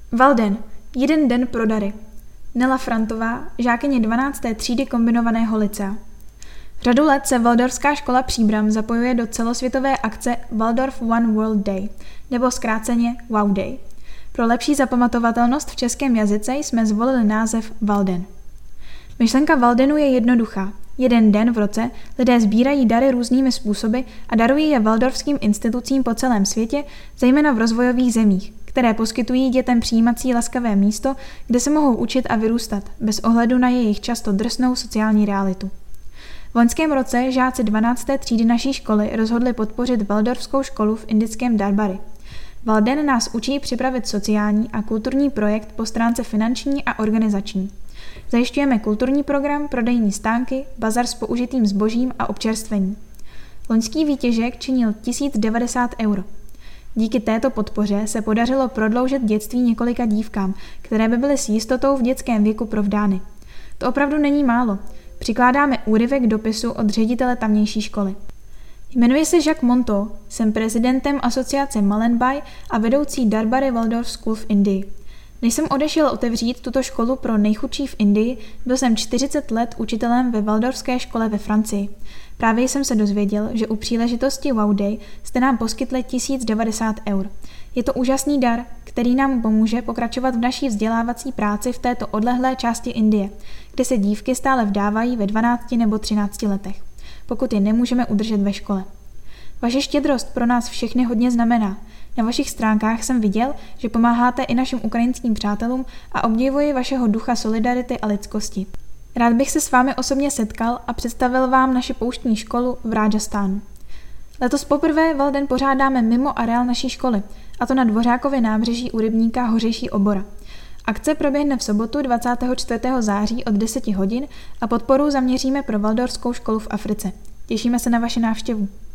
Walden. Jeden den pro dary. Nela Frantová, žákyně 12. třídy kombinovaného lycea. Řadu let se Waldorfská škola Příbram zapojuje do celosvětové akce Waldorf One World Day, nebo zkráceně Wow Day. Pro lepší zapamatovatelnost v českém jazyce jsme zvolili název Walden. Myšlenka Waldenu je jednoduchá. Jeden den v roce lidé sbírají dary různými způsoby a darují je waldorfským institucím po celém světě, zejména v rozvojových zemích, které poskytují dětem přijímací laskavé místo, kde se mohou učit a vyrůstat, bez ohledu na jejich často drsnou sociální realitu. V loňském roce žáci 12. třídy naší školy rozhodli podpořit Waldorfskou školu v indickém Darbari. Walden nás učí připravit sociální a kulturní projekt po stránce finanční a organizační. Zajišťujeme kulturní program, prodejní stánky, bazar s použitým zbožím a občerstvení. Loňský výtěžek činil 1090 €. Díky této podpoře se podařilo prodloužit dětství několika dívkám, které by byly s jistotou v dětském věku provdány. To opravdu není málo. Přikládáme úryvek dopisu od ředitele tamnější školy. Jmenuji se Jacques Monto, jsem prezidentem asociace Malenbai a vedoucí Darbari Waldorf School v Indii. Než jsem odešel otevřít tuto školu pro nejchudší v Indii, byl jsem 40 let učitelem ve Waldorfské škole ve Francii. Právě jsem se dozvěděl, že u příležitosti Wow Day jste nám poskytli 1090 €. Je to úžasný dar, který nám pomůže pokračovat v naší vzdělávací práci v této odlehlé části Indie, kde se dívky stále vdávají ve 12 nebo 13 letech, pokud je nemůžeme udržet ve škole. Vaše štědrost pro nás všechny hodně znamená. Na vašich stránkách jsem viděl, že pomáháte i našim ukrajinským přátelům a obdivuji vašeho ducha solidarity a lidskosti. Rád bych se s vámi osobně setkal a představil vám naši pouštní školu v Rajastánu. Letos poprvé Walden pořádáme mimo areál naší školy, a to na Dvořákově nábřeží u rybníka Hořejší Obora. Akce proběhne v sobotu 24. září od 10 hodin a podporu zaměříme pro Waldorfskou školu v Africe. Těšíme se na vaši návštěvu.